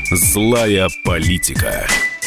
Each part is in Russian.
Злая политика.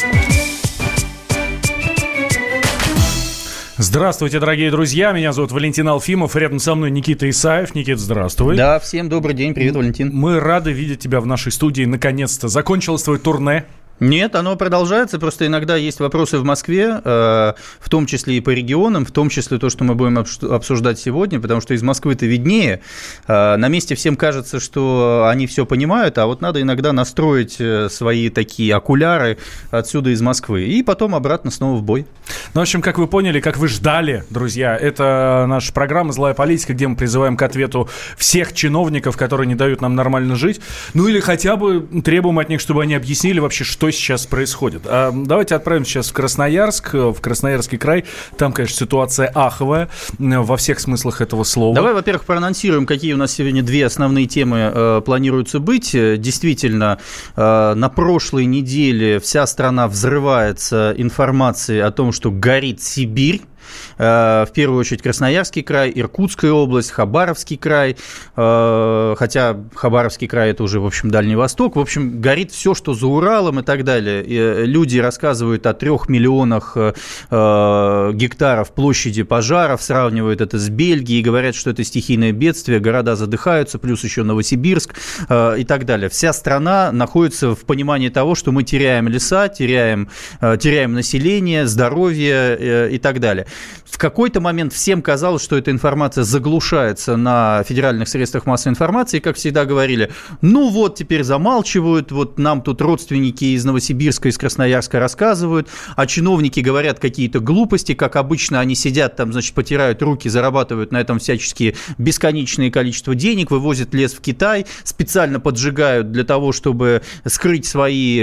Здравствуйте, дорогие друзья. Меня зовут Валентин Алфимов. Рядом со мной Никита Исаев. Никит, здравствуй. Да, всем добрый день. Привет, Валентин. Мы рады видеть тебя в нашей студии. Наконец-то закончилось твое турне. Нет, оно продолжается, просто иногда есть вопросы в Москве, в том числе и по регионам, в том числе то, что мы будем обсуждать сегодня, потому что из Москвы-то виднее. На месте всем кажется, что они все понимают, а вот надо иногда настроить свои такие окуляры отсюда из Москвы, и потом обратно снова в бой. Ну, в общем, как вы поняли, как вы ждали, друзья, это наша программа «Злая политика», где мы призываем к ответу всех чиновников, которые не дают нам нормально жить, ну или хотя бы требуем от них, чтобы они объяснили вообще, что сейчас происходит. Давайте отправимся сейчас в Красноярск, в Красноярский край. Там, конечно, ситуация аховая во всех смыслах этого слова. Давай, во-первых, проанонсируем, какие у нас сегодня две основные темы планируются быть. Действительно, на прошлой неделе вся страна взрывается информацией о том, что горит Сибирь. В первую очередь Красноярский край, Иркутская область, Хабаровский край, хотя Хабаровский край – это уже, в общем, Дальний Восток. В общем, горит все, что за Уралом и так далее. И люди рассказывают о 3 миллионах гектаров площади пожаров, сравнивают это с Бельгией, говорят, что это стихийное бедствие, города задыхаются, плюс еще Новосибирск и так далее. Вся страна находится в понимании того, что мы теряем леса, теряем население, здоровье и так далее. В какой-то момент всем казалось, что эта информация заглушается на федеральных средствах массовой информации, и, как всегда говорили, ну вот теперь замалчивают, вот нам тут родственники из Новосибирска, из Красноярска рассказывают, а чиновники говорят какие-то глупости, как обычно они сидят там, значит, потирают руки, зарабатывают на этом всяческие бесконечное количество денег, вывозят лес в Китай, специально поджигают для того, чтобы скрыть свои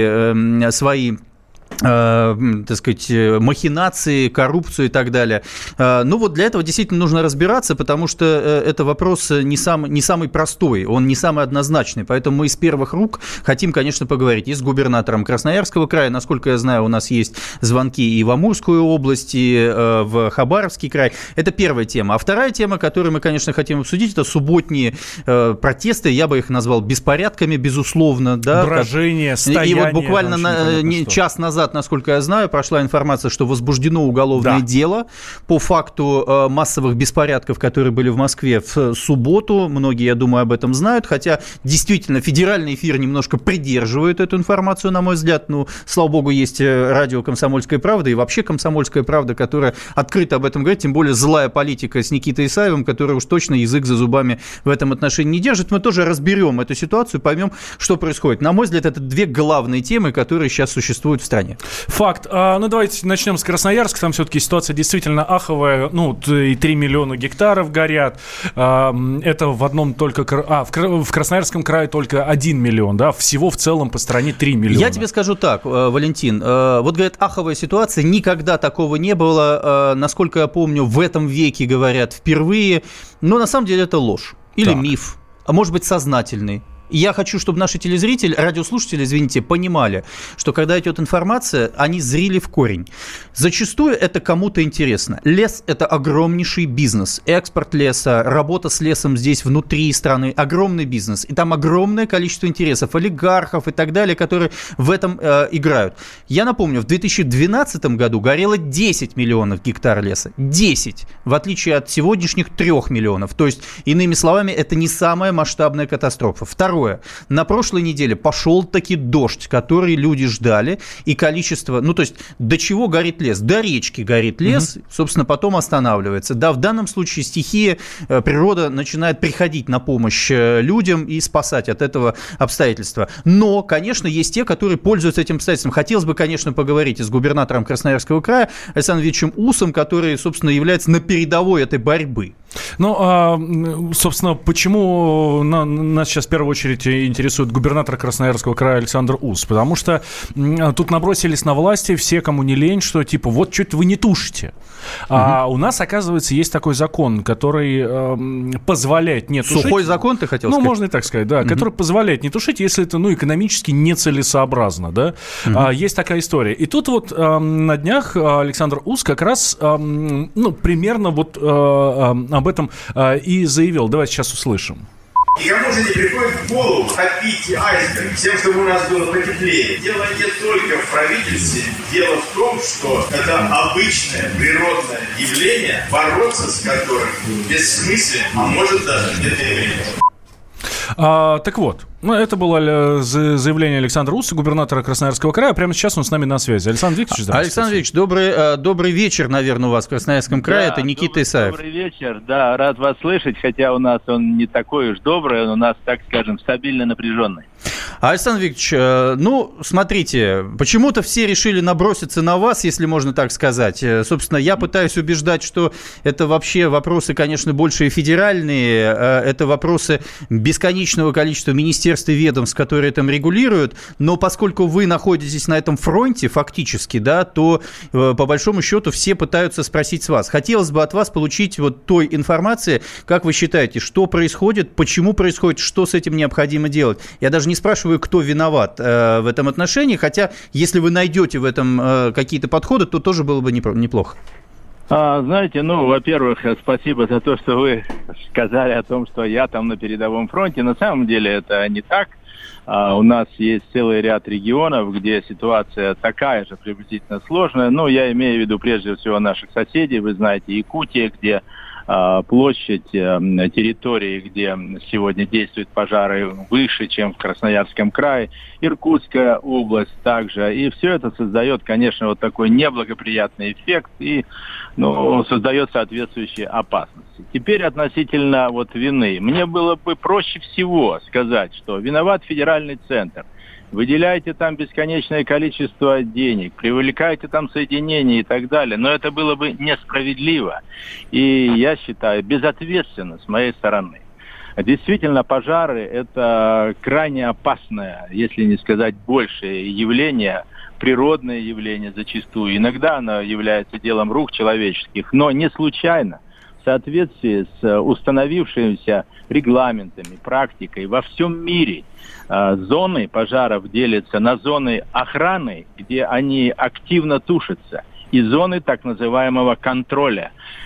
так сказать, махинации, коррупцию и так далее. Ну вот для этого действительно нужно разбираться, потому что это вопрос не самый простой, он не самый однозначный, поэтому мы из первых рук хотим, конечно, поговорить и с губернатором Красноярского края. Насколько я знаю, у нас есть звонки и в Амурскую область, и в Хабаровский край. Это первая тема. А вторая тема, которую мы, конечно, хотим обсудить, это субботние протесты, я бы их назвал беспорядками, безусловно. Да, брожение, стояние. И вот буквально час назад, насколько я знаю, прошла информация, что возбуждено уголовное дело по факту массовых беспорядков, которые были в Москве в субботу. Многие, я думаю, об этом знают, хотя действительно федеральный эфир немножко придерживает эту информацию, на мой взгляд. Ну, слава богу, есть радио «Комсомольская правда» и вообще «Комсомольская правда», которая открыто об этом говорит, тем более «Злая политика» с Никитой Исаевым, который уж точно язык за зубами в этом отношении не держит. Мы тоже разберем эту ситуацию, поймем, что происходит. На мой взгляд, это две главные темы, которые сейчас существуют в стране. Факт. Ну, давайте начнем с Красноярска. Там все-таки ситуация действительно аховая. Ну, и 3 миллиона гектаров горят. Это в одном только... в Красноярском крае только 1 миллион, да? Всего в целом по стране 3 миллиона. Я тебе скажу так, Валентин. Вот, говорят, аховая ситуация. Никогда такого не было. Насколько я помню, в этом веке, говорят, впервые. Но на самом деле это ложь. Или миф. А может быть, сознательный. Я хочу, чтобы наши телезрители, радиослушатели, извините, понимали, что когда идет информация, они зрели в корень. Зачастую это кому-то интересно. Лес – это огромнейший бизнес. Экспорт леса, работа с лесом здесь внутри страны – огромный бизнес. И там огромное количество интересов, олигархов и так далее, которые в этом играют. Я напомню, в 2012 году горело 10 миллионов гектар леса. 10! В отличие от сегодняшних 3 миллионов. То есть, иными словами, это не самая масштабная катастрофа. Второе. На прошлой неделе пошел таки дождь, который люди ждали, и количество, ну, то есть, до чего горит лес? До речки горит лес, собственно, потом останавливается. Да, в данном случае стихия, природа начинает приходить на помощь людям и спасать от этого обстоятельства. Но, конечно, есть те, которые пользуются этим обстоятельством. Хотелось бы, конечно, поговорить и с губернатором Красноярского края Александром Ильичем Усом, который, собственно, является на передовой этой борьбы. Ну, собственно, почему нас сейчас в первую очередь интересует губернатор Красноярского края Александр Ус? Потому что тут набросились на власти все, кому не лень, что типа вот чуть вы не тушите. А у нас, оказывается, есть такой закон, который позволяет не тушить. Сухой закон, ты хотел сказать? Ну, можно и так сказать, да. Который позволяет не тушить, если это, экономически нецелесообразно, да. Есть такая история. И тут вот на днях Александр Ус как раз, примерно вот об этом и заявил. Давайте сейчас услышим. И кому же не приходит в голову топить айсберг всем, чтобы у нас было потеплее? Дело не только в правительстве. Дело в том, что это обычное природное явление, бороться с которым бессмысленно, а может даже где-то и вредно. Так вот, это было заявление Александра Усса, губернатора Красноярского края. Прямо сейчас он с нами на связи. Александр Викторович, здравствуйте. Александр Викторович, добрый вечер, наверное, у вас в Красноярском крае. Да, это Никита Исаев. Добрый вечер, да, рад вас слышать, хотя у нас он не такой уж добрый, он у нас, так скажем, стабильно напряженный. Александр Викторович, смотрите, почему-то все решили наброситься на вас, если можно так сказать. Собственно, я пытаюсь убеждать, что это вообще вопросы, конечно, больше федеральные, это вопросы бесконечного количества министерств и ведомств, которые там регулируют, но поскольку вы находитесь на этом фронте фактически, да, то по большому счету все пытаются спросить с вас. Хотелось бы от вас получить вот той информации, как вы считаете, что происходит, почему происходит, что с этим необходимо делать. Я даже не спрашиваю, кто виноват в этом отношении, хотя если вы найдете в этом какие-то подходы, то тоже было бы неплохо. Знаете, во-первых, спасибо за то, что вы сказали о том, что я там на передовом фронте. На самом деле это не так. У нас есть целый ряд регионов, где ситуация такая же приблизительно сложная. Я имею в виду прежде всего наших соседей. Вы знаете, Якутия, где площадь территории, где сегодня действуют пожары, выше, чем в Красноярском крае, Иркутская область также. И все это создает, конечно, вот такой неблагоприятный эффект и создает соответствующие опасности. Теперь относительно вины. Мне было бы проще всего сказать, что виноват федеральный центр. Выделяете там бесконечное количество денег, привлекаете там соединения и так далее. Но это было бы несправедливо. И я считаю, безответственно с моей стороны. Действительно, пожары – это крайне опасное, если не сказать большее явление, природное явление зачастую. Иногда оно является делом рук человеческих, но не случайно. В соответствии с установившимися регламентами, практикой во всем мире зоны пожаров делятся на зоны охраны, где они активно тушатся, и зоны так называемого контроля,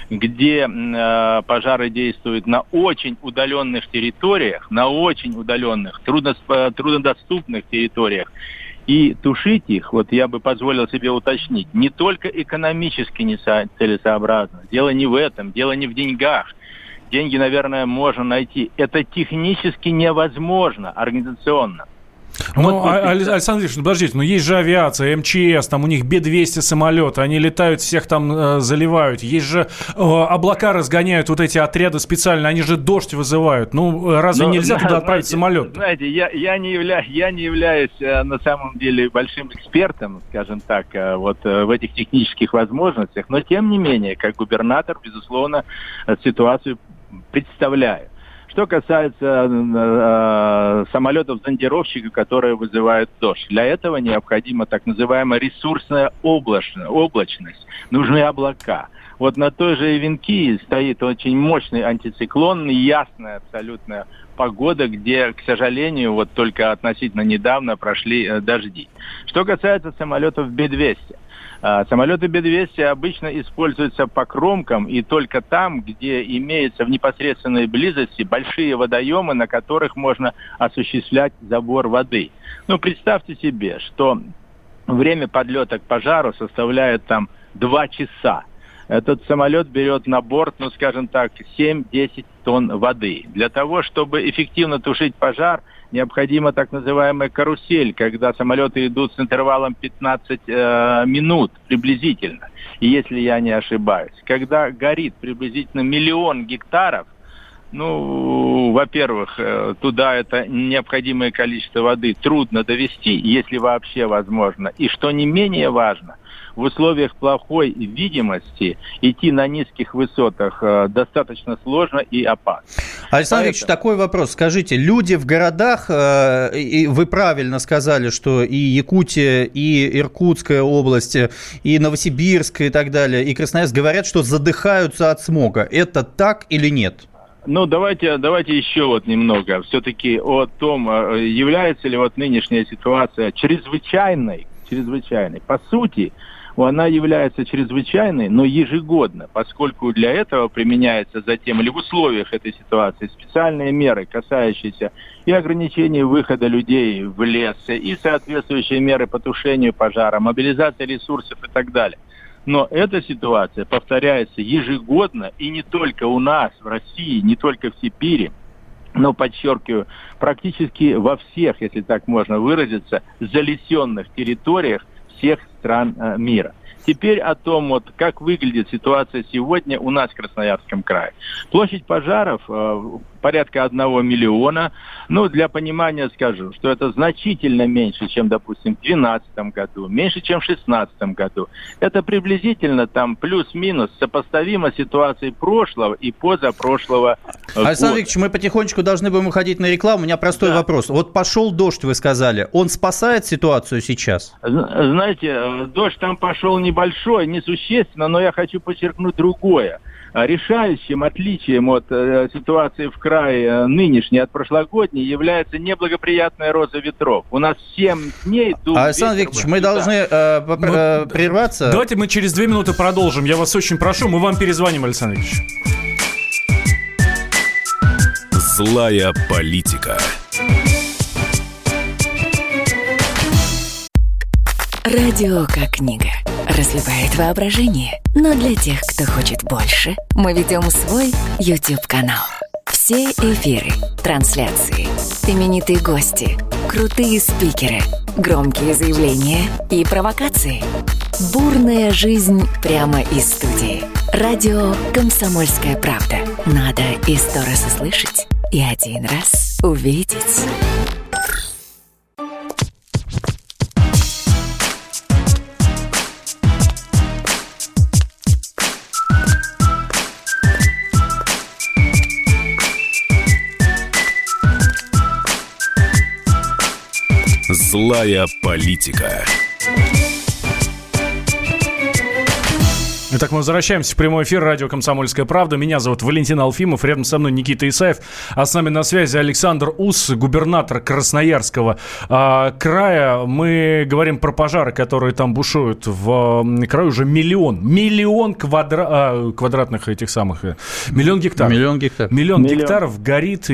где пожары действуют на очень удаленных территориях, на очень удаленных, труднодоступных территориях. И тушить их, я бы позволил себе уточнить, не только экономически нецелесообразно. Дело не в этом, дело не в деньгах. Деньги, наверное, можно найти. Это технически невозможно организационно. Александр Викторович, подождите, есть же авиация, МЧС, там у них Б-200 самолеты, они летают, всех там заливают. Есть же облака разгоняют вот эти отряды специально, они же дождь вызывают. Разве нельзя туда отправить самолет? Знаете, я не являюсь на самом деле большим экспертом, скажем так, в этих технических возможностях, но тем не менее, как губернатор, безусловно, ситуацию представляю. Что касается самолетов-зондировщиков, которые вызывают дождь, для этого необходима так называемая ресурсная облачность. Нужны облака. На той же Эвенкии стоит очень мощный антициклон, ясная абсолютно погода, где, к сожалению, только относительно недавно прошли дожди. Что касается самолетов Б-200. Самолеты Б-200 обычно используются по кромкам и только там, где имеются в непосредственной близости большие водоемы, на которых можно осуществлять забор воды. Представьте себе, что время подлета к пожару составляет 2 часа. Этот самолет берет на борт, 7-10 тонн воды. Для того, чтобы эффективно тушить пожар, необходима так называемая карусель, когда самолеты идут с интервалом 15 минут приблизительно, если я не ошибаюсь. Когда горит приблизительно 1 миллион гектаров, во-первых, туда это необходимое количество воды трудно довести, если вообще возможно. И что не менее важно, в условиях плохой видимости идти на низких высотах достаточно сложно и опасно. Александр Викторович, такой вопрос. Скажите, люди в городах, и вы правильно сказали, что и Якутия, и Иркутская область, и Новосибирск, и так далее, и Красноярск говорят, что задыхаются от смога. Это так или нет? Давайте еще немного все-таки о том, является ли нынешняя ситуация чрезвычайной. По сути, она является чрезвычайной, но ежегодно, поскольку для этого применяется затем или в условиях этой ситуации специальные меры, касающиеся и ограничения выхода людей в лес, и соответствующие меры по тушению пожара, мобилизация ресурсов и так далее. Но эта ситуация повторяется ежегодно, и не только у нас, в России, не только в Сибири, но, подчеркиваю, практически во всех, если так можно выразиться, залесенных территориях всех стран мира. Теперь о том, вот, как выглядит ситуация сегодня у нас в Красноярском крае. Площадь пожаров порядка 1 миллиона. Ну, для понимания скажу, что это значительно меньше, чем, допустим, в 2012 году, меньше, чем в 2016 году. Это приблизительно там плюс-минус сопоставимо с ситуацией прошлого и позапрошлого года. Александр Викторович, мы потихонечку должны будем уходить на рекламу. У меня простой вопрос. Вот пошел дождь, вы сказали. Он спасает ситуацию сейчас? Знаете, дождь там пошел небольшой, несущественно, но я хочу подчеркнуть другое. Решающим отличием от ситуации в крае нынешней от прошлогодней является неблагоприятная роза ветров. У нас 7 дней дул Александр Викторович, мы должны прерваться. Давайте мы через 2 минуты продолжим. Я вас очень прошу, мы вам перезвоним, Александр Викторович. Злая политика. Радио как книга. Разливает воображение. Но для тех, кто хочет больше, мы ведем свой YouTube-канал. Все эфиры, трансляции, именитые гости, крутые спикеры, громкие заявления и провокации. Бурная жизнь прямо из студии. Радио «Комсомольская правда». Надо и 100 раз услышать, и 1 раз увидеть. Злая политика. Итак, мы возвращаемся в прямой эфир радио «Комсомольская правда». Меня зовут Валентин Алфимов, рядом со мной Никита Исаев, а с нами на связи Александр Ус, губернатор Красноярского края. Мы говорим про пожары, которые там бушуют в крае уже миллион квадратных этих самых, миллион гектаров. Миллион гектаров горит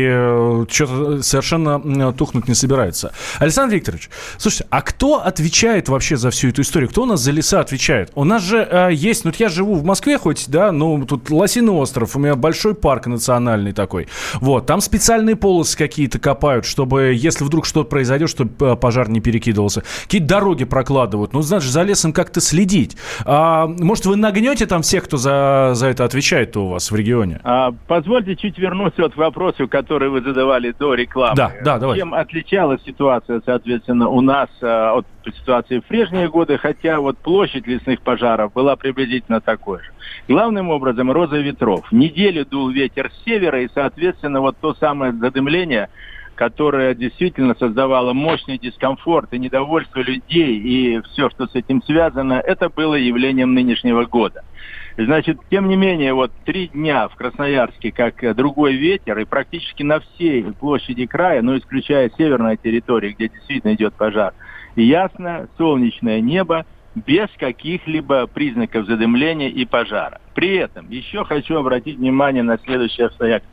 и что-то совершенно тухнуть не собирается. Александр Викторович, слушайте, а кто отвечает вообще за всю эту историю? Кто у нас за леса отвечает? У нас же есть, ну, я живу в Москве хоть, да, но тут Лосиный остров, у меня большой парк национальный такой. Вот, там специальные полосы какие-то копают, чтобы, если вдруг что-то произойдет, чтобы пожар не перекидывался. Какие-то дороги прокладывают. Ну, значит, за лесом как-то следить. Может, вы нагнете там всех, кто за это отвечает-то у вас в регионе? Позвольте чуть вернуться вот к вопросу, который вы задавали до рекламы. Да, давай. Чем отличалась ситуация, соответственно, у нас от ситуации в прежние годы, хотя вот площадь лесных пожаров была приблизительно такой же. Главным образом роза ветров. Неделю дул ветер с севера, и, соответственно, вот то самое задымление, которое действительно создавало мощный дискомфорт и недовольство людей, и все, что с этим связано, это было явлением нынешнего года. Значит, тем не менее, вот 3 дня в Красноярске, как другой ветер, и практически на всей площади края, ну, исключая северную территорию, где действительно идет пожар, ясно, солнечное небо, без каких-либо признаков задымления и пожара. При этом еще хочу обратить внимание на следующее обстоятельство.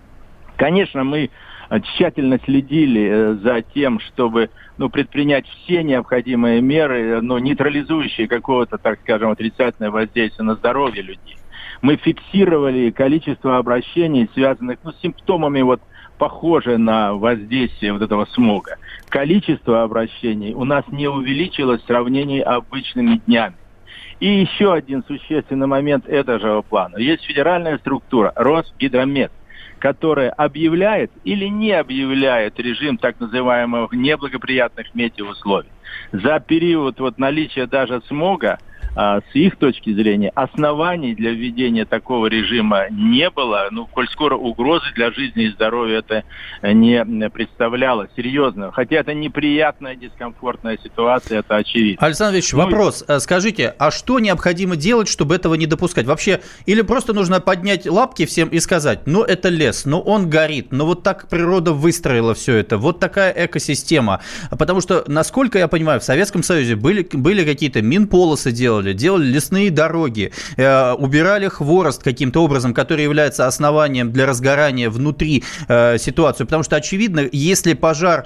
Конечно, мы тщательно следили за тем, чтобы предпринять все необходимые меры, нейтрализующие какого-то, так скажем, отрицательное воздействие на здоровье людей. Мы фиксировали количество обращений, связанных с симптомами, похожие на воздействие этого смога. Количество обращений у нас не увеличилось в сравнении с обычными днями. И еще один существенный момент этого же плана. Есть федеральная структура Росгидромет, которая объявляет или не объявляет режим так называемых неблагоприятных метеоусловий. За период наличия даже смога с их точки зрения, оснований для введения такого режима не было. Коль скоро угрозы для жизни и здоровья это не представляло серьезно. Хотя это неприятная, дискомфортная ситуация, это очевидно. Александр Ильич, вопрос. Скажите, а что необходимо делать, чтобы этого не допускать? Вообще, или просто нужно поднять лапки всем и сказать, это лес, он горит, вот так природа выстроила все это, вот такая экосистема. Потому что, насколько я понимаю, в Советском Союзе были какие-то минполосы делали лесные дороги, убирали хворост каким-то образом, который является основанием для разгорания внутри ситуации. Потому что, очевидно, если пожар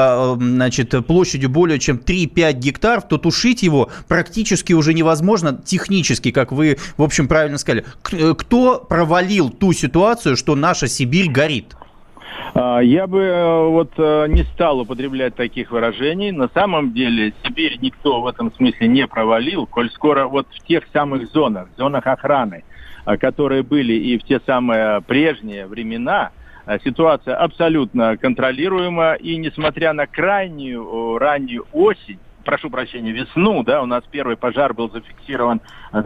площадью более чем 3-5 гектаров, то тушить его практически уже невозможно технически, как вы, в общем, правильно сказали. Кто провалил ту ситуацию, что наша Сибирь горит? Я бы не стал употреблять таких выражений. На самом деле Сибирь никто в этом смысле не провалил, коль скоро в тех самых зонах охраны, которые были и в те самые прежние времена, ситуация абсолютно контролируема. И несмотря на крайнюю раннюю осень, весну, у нас первый пожар был зафиксирован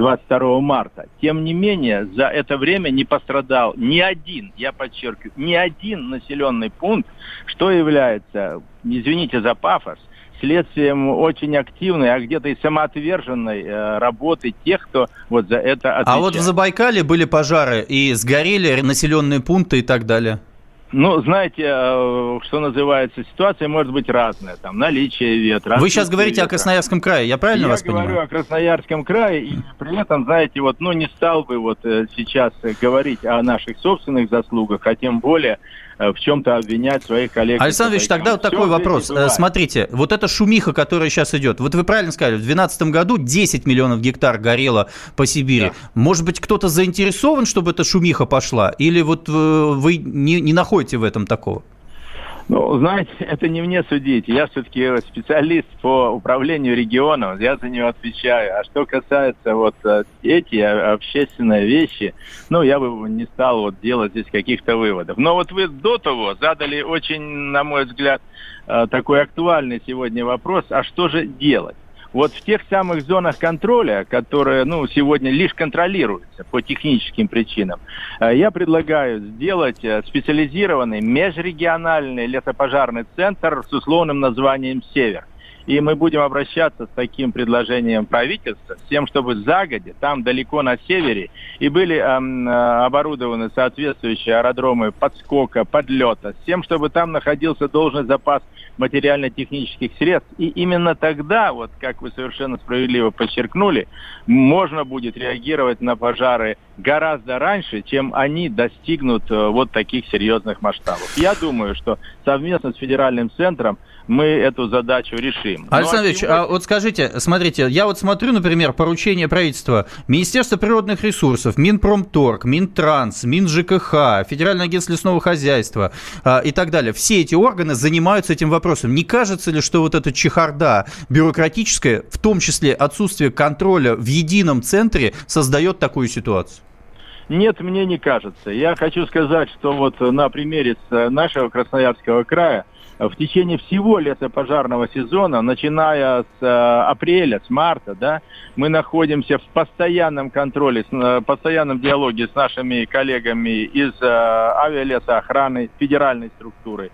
22 марта. Тем не менее, за это время не пострадал ни один, я подчеркиваю, ни один населенный пункт, что является, извините за пафос, следствием очень активной, а где-то и самоотверженной работы тех, кто за это отвечает. А в Забайкале были пожары и сгорели населенные пункты и так далее? Знаете, что называется, ситуация может быть разная. Наличие ветра. Вы сейчас говорите о Красноярском крае, я правильно вас понимаю? Я говорю о Красноярском крае, и при этом, знаете, не стал бы сейчас говорить о наших собственных заслугах, а тем более в чем-то обвинять своих коллег. Александр Ильич, тогда такой вопрос. Смотрите, эта шумиха, которая сейчас идет, вы правильно сказали, в 2012 году 10 миллионов гектар горело по Сибири. Да. Может быть, кто-то заинтересован, чтобы эта шумиха пошла? Или вы не находите в этом такого? Знаете, это не мне судить. Я все-таки специалист по управлению регионом, я за него отвечаю. А что касается эти общественные вещи, я бы не стал делать здесь каких-то выводов. Но вы до того задали очень, на мой взгляд, такой актуальный сегодня вопрос, а что же делать? В тех самых зонах контроля, которые, сегодня лишь контролируются по техническим причинам, я предлагаю сделать специализированный межрегиональный лесопожарный центр с условным названием «Север». И мы будем обращаться с таким предложением правительства, с тем, чтобы загодя, там далеко на севере, и были оборудованы соответствующие аэродромы подскока, подлета, с тем, чтобы там находился должный запас материально-технических средств. И именно тогда, как вы совершенно справедливо подчеркнули, можно будет реагировать на пожары гораздо раньше, чем они достигнут таких серьезных масштабов. Я думаю, что совместно с федеральным центром мы эту задачу решим. Александр Ильич, скажите, смотрите, я смотрю, например, поручение правительства, Министерство природных ресурсов, Минпромторг, Минтранс, МинЖКХ, Федеральное агентство лесного хозяйства и так далее. Все эти органы занимаются этим вопросом. Не кажется ли, что эта чехарда бюрократическая, в том числе отсутствие контроля в едином центре, создает такую ситуацию? Нет, мне не кажется. Я хочу сказать, что на примере нашего Красноярского края в течение всего лесопожарного сезона, начиная с апреля, с марта, мы находимся в постоянном контроле, постоянном диалоге с нашими коллегами из авиалесоохраны, федеральной структуры,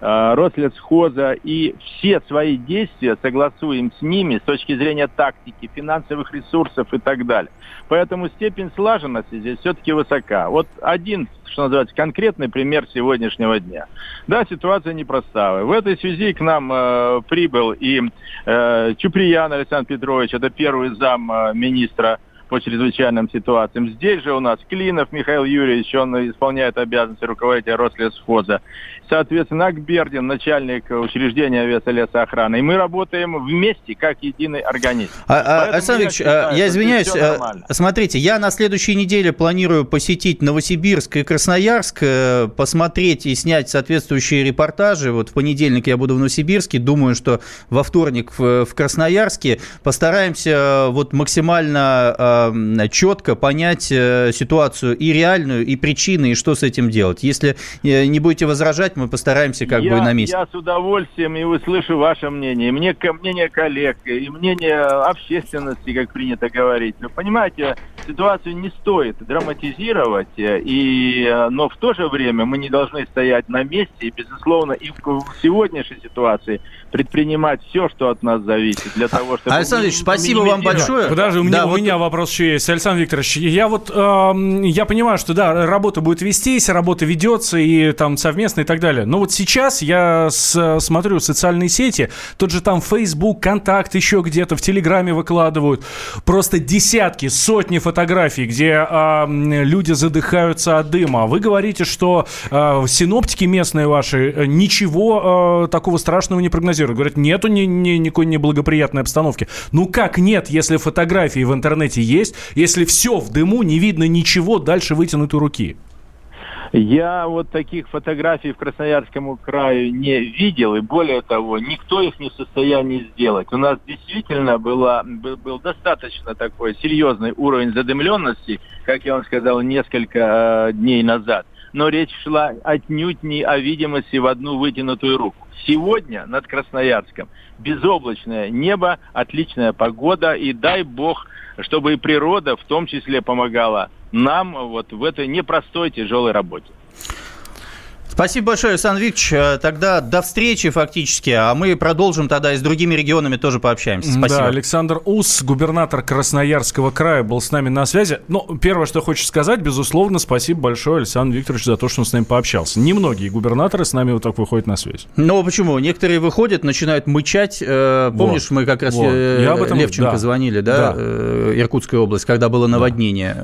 Рослесхоза, и все свои действия согласуем с ними с точки зрения тактики, финансовых ресурсов и так далее. Поэтому степень слаженности здесь все-таки высока. Один, что называется, конкретный пример сегодняшнего дня. Да, ситуация непростая. В этой связи к нам прибыл и Чуприян Александр Петрович, это первый зам министра по чрезвычайным ситуациям. Здесь же у нас Клинов Михаил Юрьевич, он исполняет обязанности руководителя Рослесхоза. Соответственно, Акбердин, начальник учреждения авиалесоохраны. И мы работаем вместе, как единый организм. Александр Ильич, я извиняюсь, смотрите, я на следующей неделе планирую посетить Новосибирск и Красноярск, посмотреть и снять соответствующие репортажи. В понедельник я буду в Новосибирске, думаю, что во вторник в Красноярске. Постараемся максимально четко понять ситуацию и реальную, и причины, и что с этим делать. Если не будете возражать, мы постараемся как бы на месте. Я с удовольствием и услышу ваше мнение, мнение коллег, и мнение общественности, как принято говорить. Вы понимаете, ситуацию не стоит драматизировать, но в то же время мы не должны стоять на месте и, безусловно, и в сегодняшней ситуации предпринимать все, что от нас зависит, для того, чтобы... Александр Ильич, спасибо вам большое. Подожди, у меня вопрос еще есть. Александр Викторович, я понимаю, что да, работа будет вестись, работа ведется и там совместно и так далее. Но вот сейчас я смотрю социальные сети, тот же там Facebook, Контакт, еще где-то в Телеграме выкладывают просто десятки, сотни фотографий, где люди задыхаются от дыма. Вы говорите, что синоптики местные ваши ничего такого страшного не прогнозируют. Говорят, нету никакой неблагоприятной обстановки. Ну как нет, если фотографии в интернете есть, если все в дыму, не видно ничего дальше вытянутой руки? Я вот таких фотографий в Красноярском крае не видел, и более того, никто их не в состоянии сделать. У нас действительно был достаточно такой серьезный уровень задымленности, как я вам сказал, несколько дней назад. Но речь шла отнюдь не о видимости в одну вытянутую руку. Сегодня над Красноярском безоблачное небо, отличная погода, и дай бог, чтобы и природа в том числе помогала нам вот в этой непростой, тяжелой работе. Спасибо большое, Александр Викторович. Тогда до встречи фактически, а мы продолжим тогда и с другими регионами тоже пообщаемся. Спасибо. Да, Александр Ус, губернатор Красноярского края, был с нами на связи. Ну, первое, что хочу сказать, безусловно, спасибо большое, Александр Викторович, за то, что он с нами пообщался. Немногие губернаторы с нами вот так выходят на связь. Ну, почему? Некоторые выходят, начинают мычать. Помнишь, мы как раз Левченко звонили, да? Иркутская область, когда было наводнение.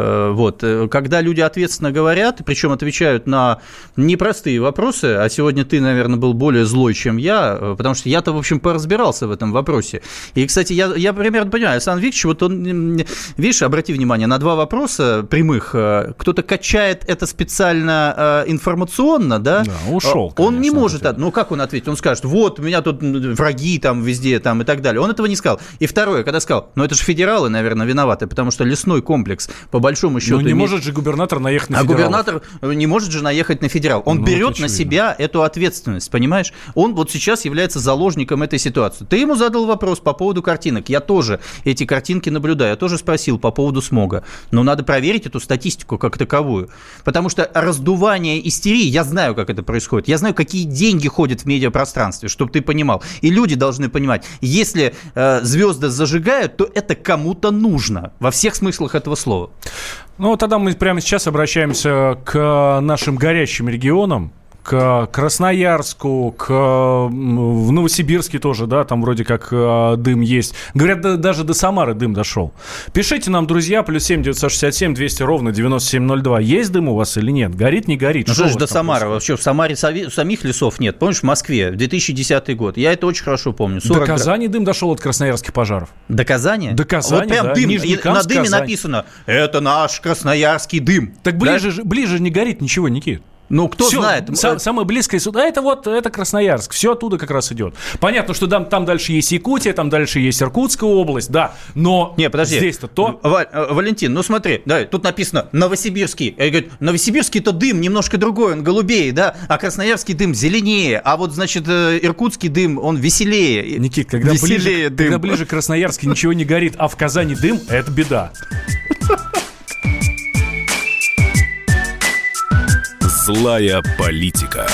Когда люди ответственно говорят, причем отвечают на непростые вопросы, а сегодня ты, наверное, был более злой, чем я, потому что я-то, в общем, поразбирался в этом вопросе. И, кстати, я примерно понимаю, Александр Викторович, вот он, видишь, обрати внимание, на два вопроса прямых, кто-то качает это специально информационно, да? Да, ушел, конечно, он не может, как он ответит? Он скажет, вот, у меня тут враги там везде там и так далее. Он этого не сказал. И второе, когда сказал, это же федералы, наверное, виноваты, потому что лесной комплекс, по большому счету... не может же губернатор наехать на федералов. А губернатор не может же наехать на федерал. Он берет на себя эту ответственность, понимаешь? Он вот сейчас является заложником этой ситуации. Ты ему задал вопрос по поводу картинок. Я тоже эти картинки наблюдаю. Я тоже спросил по поводу смога. Но надо проверить эту статистику как таковую. Потому что раздувание истерии, я знаю, как это происходит. Я знаю, какие деньги ходят в медиапространстве, чтобы ты понимал. И люди должны понимать, если звезды зажигают, то это кому-то нужно. Во всех смыслах этого слова. Ну, тогда мы прямо сейчас обращаемся к нашим горящим регионам, к Красноярску, в Новосибирске тоже, да, там вроде как дым есть. Говорят, даже до Самары дым дошел. Пишите нам, друзья, +7 967 200 ровно 9702. Есть дым у вас или нет? Горит, не горит? Ну что ж до Самары? Вообще в Самаре самих лесов нет. Помнишь, в Москве, 2010 год. Я это очень хорошо помню. До Казани дым дошел от красноярских пожаров. До Казани? До Казани, вот прям да. Дым. На дыме написано, это наш красноярский дым. Так ближе не горит ничего, Никит. Ну, кто все, знает. Самое близкое сюда, это Красноярск. Все оттуда как раз идет. Понятно, что там дальше есть Якутия, там дальше есть Иркутская область, да. Но здесь-то то... Валентин, ну смотри, да, тут написано Новосибирский. Я говорю, Новосибирский-то дым немножко другой, он голубее, да, а Красноярский дым зеленее, а вот, значит, Иркутский дым, он веселее. Никит, когда ближе к Красноярску ничего не горит, а в Казани дым, это беда. Злая политика.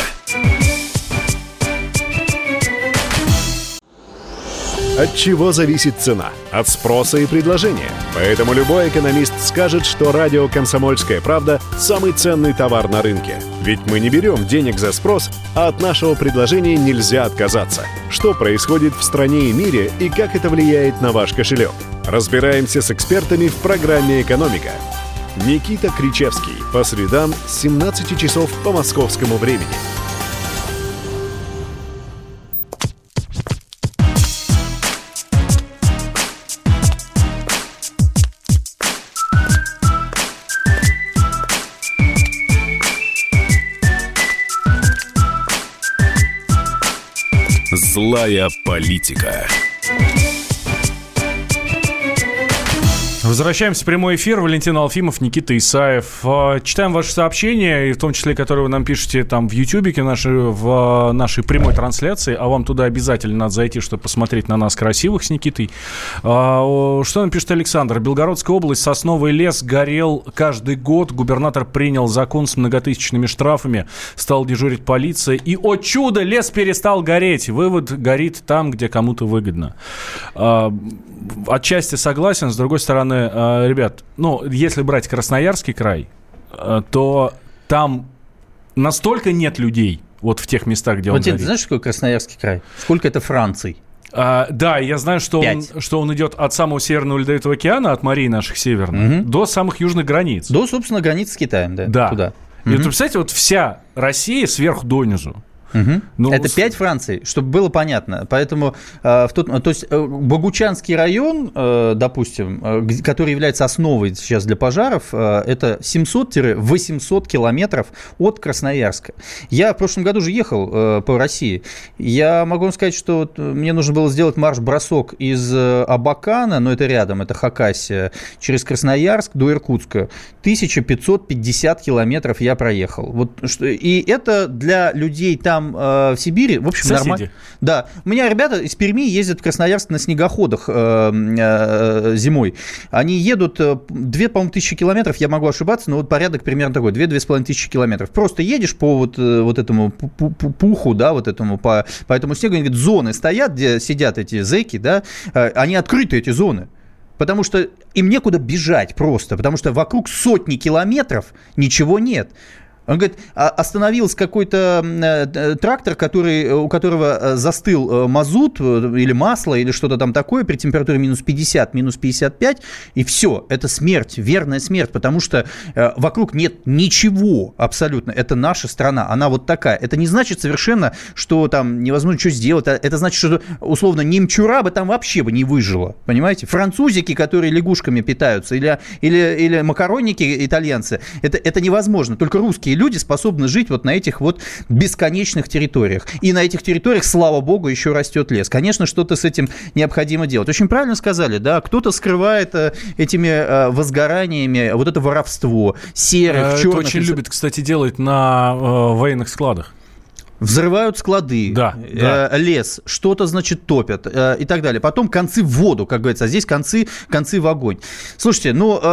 От чего зависит цена? От спроса и предложения. Поэтому любой экономист скажет, что радио «Комсомольская правда» – самый ценный товар на рынке. Ведь мы не берем денег за спрос, а от нашего предложения нельзя отказаться. Что происходит в стране и мире и как это влияет на ваш кошелек? Разбираемся с экспертами в программе «Экономика». Никита Кричевский. По средам с 17 часов по московскому времени. Злая политика. Возвращаемся в прямой эфир. Валентин Алфимов, Никита Исаев. Читаем ваши сообщения, и в том числе, которые вы нам пишете там в Ютьюбике, в нашей прямой трансляции. А вам туда обязательно надо зайти, чтобы посмотреть на нас красивых с Никитой. Что нам пишет Александр? Белгородская область, сосновый лес горел каждый год. Губернатор принял закон с многотысячными штрафами. Стал дежурить полиция. И, о чудо, лес перестал гореть. Вывод: горит там, где кому-то выгодно. Отчасти согласен. С другой стороны, ребят, если брать Красноярский край, то там настолько нет людей вот в тех местах, где он горит. Ты знаешь, что такое Красноярский край? Сколько это Франций? Да, я знаю, что он идет от самого Северного Ледовитого океана, от морей наших северных, до самых южных границ. До, собственно, границ с Китаем, да. Туда. И вот, представляете, вот вся Россия сверху донизу. Это 5 Франций, чтобы было понятно. Поэтому то есть Богучанский район, допустим, который является основой сейчас для пожаров, это 700-800 километров от Красноярска. Я в прошлом году же ехал по России. Я могу вам сказать, что мне нужно было сделать марш-бросок из Абакана, но это рядом, это Хакасия, через Красноярск до Иркутска. 1550 километров я проехал. И это для людей там, в Сибири, в общем, соседи. Нормально. Да. У меня ребята из Перми ездят в Красноярск на снегоходах зимой. Они едут 2,5 километров, я могу ошибаться, но вот порядок примерно такой, 2-2,5 километров. Просто едешь по вот этому пуху, да, вот этому, по этому снегу, они говорят, зоны стоят, где сидят эти зэки, да, они открыты, эти зоны. Потому что им некуда бежать просто, потому что вокруг сотни километров ничего нет. Он говорит, остановился какой-то трактор, у которого застыл мазут или масло, или что-то там такое при температуре минус 50, минус 55, и все, это смерть, верная смерть, потому что вокруг нет ничего абсолютно. Это наша страна, она вот такая. Это не значит совершенно, что там невозможно что сделать. Это значит, что, условно, немчура бы там вообще бы не выжила, понимаете? Французики, которые лягушками питаются, или макаронники итальянцы, это невозможно. Только русские люди способны жить вот на этих вот бесконечных территориях. И на этих территориях, слава богу, еще растет лес. Конечно, что-то с этим необходимо делать. Очень правильно сказали, да, кто-то скрывает этими возгораниями вот это воровство, серых, черных. Это очень любят, кстати, делать на военных складах. Взрывают склады, лес, что-то, значит, топят и так далее. Потом концы в воду, как говорится, а здесь концы в огонь. Слушайте,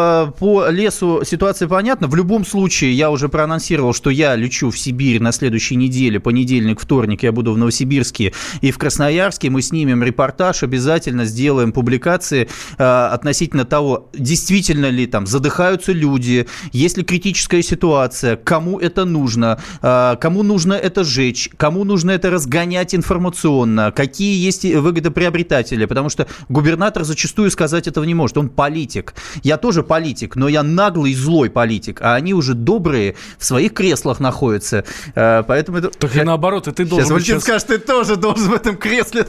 по лесу ситуация понятна. В любом случае, я уже проанонсировал, что я лечу в Сибирь на следующей неделе, понедельник, вторник, я буду в Новосибирске и в Красноярске. Мы снимем репортаж, обязательно сделаем публикации относительно того, действительно ли там задыхаются люди, есть ли критическая ситуация, кому это нужно, кому нужно это сжечь, кому нужно это разгонять информационно, какие есть выгодоприобретатели, потому что губернатор зачастую сказать этого не может, он политик. Я тоже политик, но я наглый, злой политик, а они уже добрые, в своих креслах находятся, поэтому... Так и наоборот, и ты должен... Сейчас Валентин скажет, ты тоже должен в этом кресле.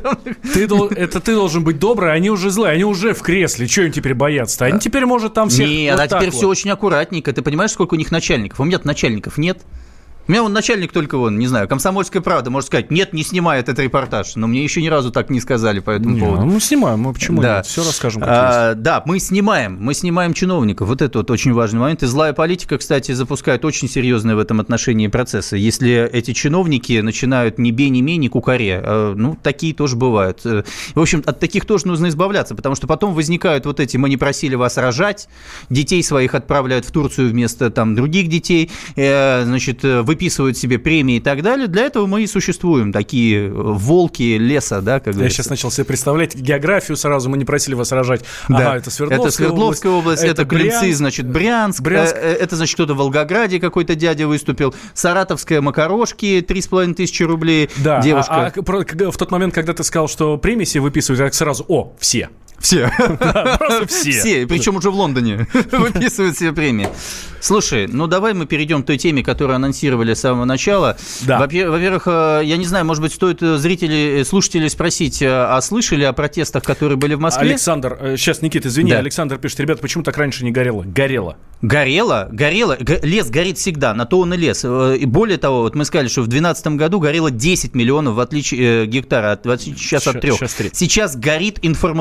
Это ты должен быть добрый, они уже злые, они уже в кресле, что им теперь бояться-то? Они теперь, может, там всех... Нет, а теперь все очень аккуратненько, ты понимаешь, сколько у них начальников? У меня-то начальников нет. У меня начальник только не знаю, «Комсомольская правда» может сказать, нет, не снимай этот репортаж. Но мне еще ни разу так не сказали по этому поводу. Мы снимаем, мы почему нет? Все расскажем, как есть. Да, мы снимаем чиновников. Вот это вот очень важный момент. И «Злая политика», кстати, запускает очень серьезные в этом отношении процессы. Если эти чиновники начинают ни бе, ни ме, ни кукаре, такие тоже бывают. В общем, от таких тоже нужно избавляться, потому что потом возникают вот эти «мы не просили вас рожать», детей своих отправляют в Турцию вместо там других детей, значит, выписывают себе премии и так далее. Для этого мы и существуем, такие волки леса, да, как говорится. Я сейчас начал себе представлять географию сразу, мы не просили вас рожать. Да. Это Свердловская область, это Клинцы, значит, Брянск. Это, значит, кто-то в Волгограде, какой-то дядя выступил, Саратовская макарошки, 3500 рублей, да, девушка. В тот момент, когда ты сказал, что премии себе выписывают, так сразу, все. Все. Просто все. Все, причем уже в Лондоне выписывают себе премии. Слушай, давай мы перейдем к той теме, которую анонсировали с самого начала. Да. Во-первых, я не знаю, может быть, стоит зрителей, слушателей спросить, а слышали о протестах, которые были в Москве? Александр, сейчас, Никита, извини, да. Александр пишет, ребята, почему так раньше не горело? Горело. Лес горит всегда, на то он и лес. И более того, вот мы сказали, что в 2012 году горело 10 миллионов, в отличие гектара, сейчас от 3. Сейчас 3. Сейчас горит информационное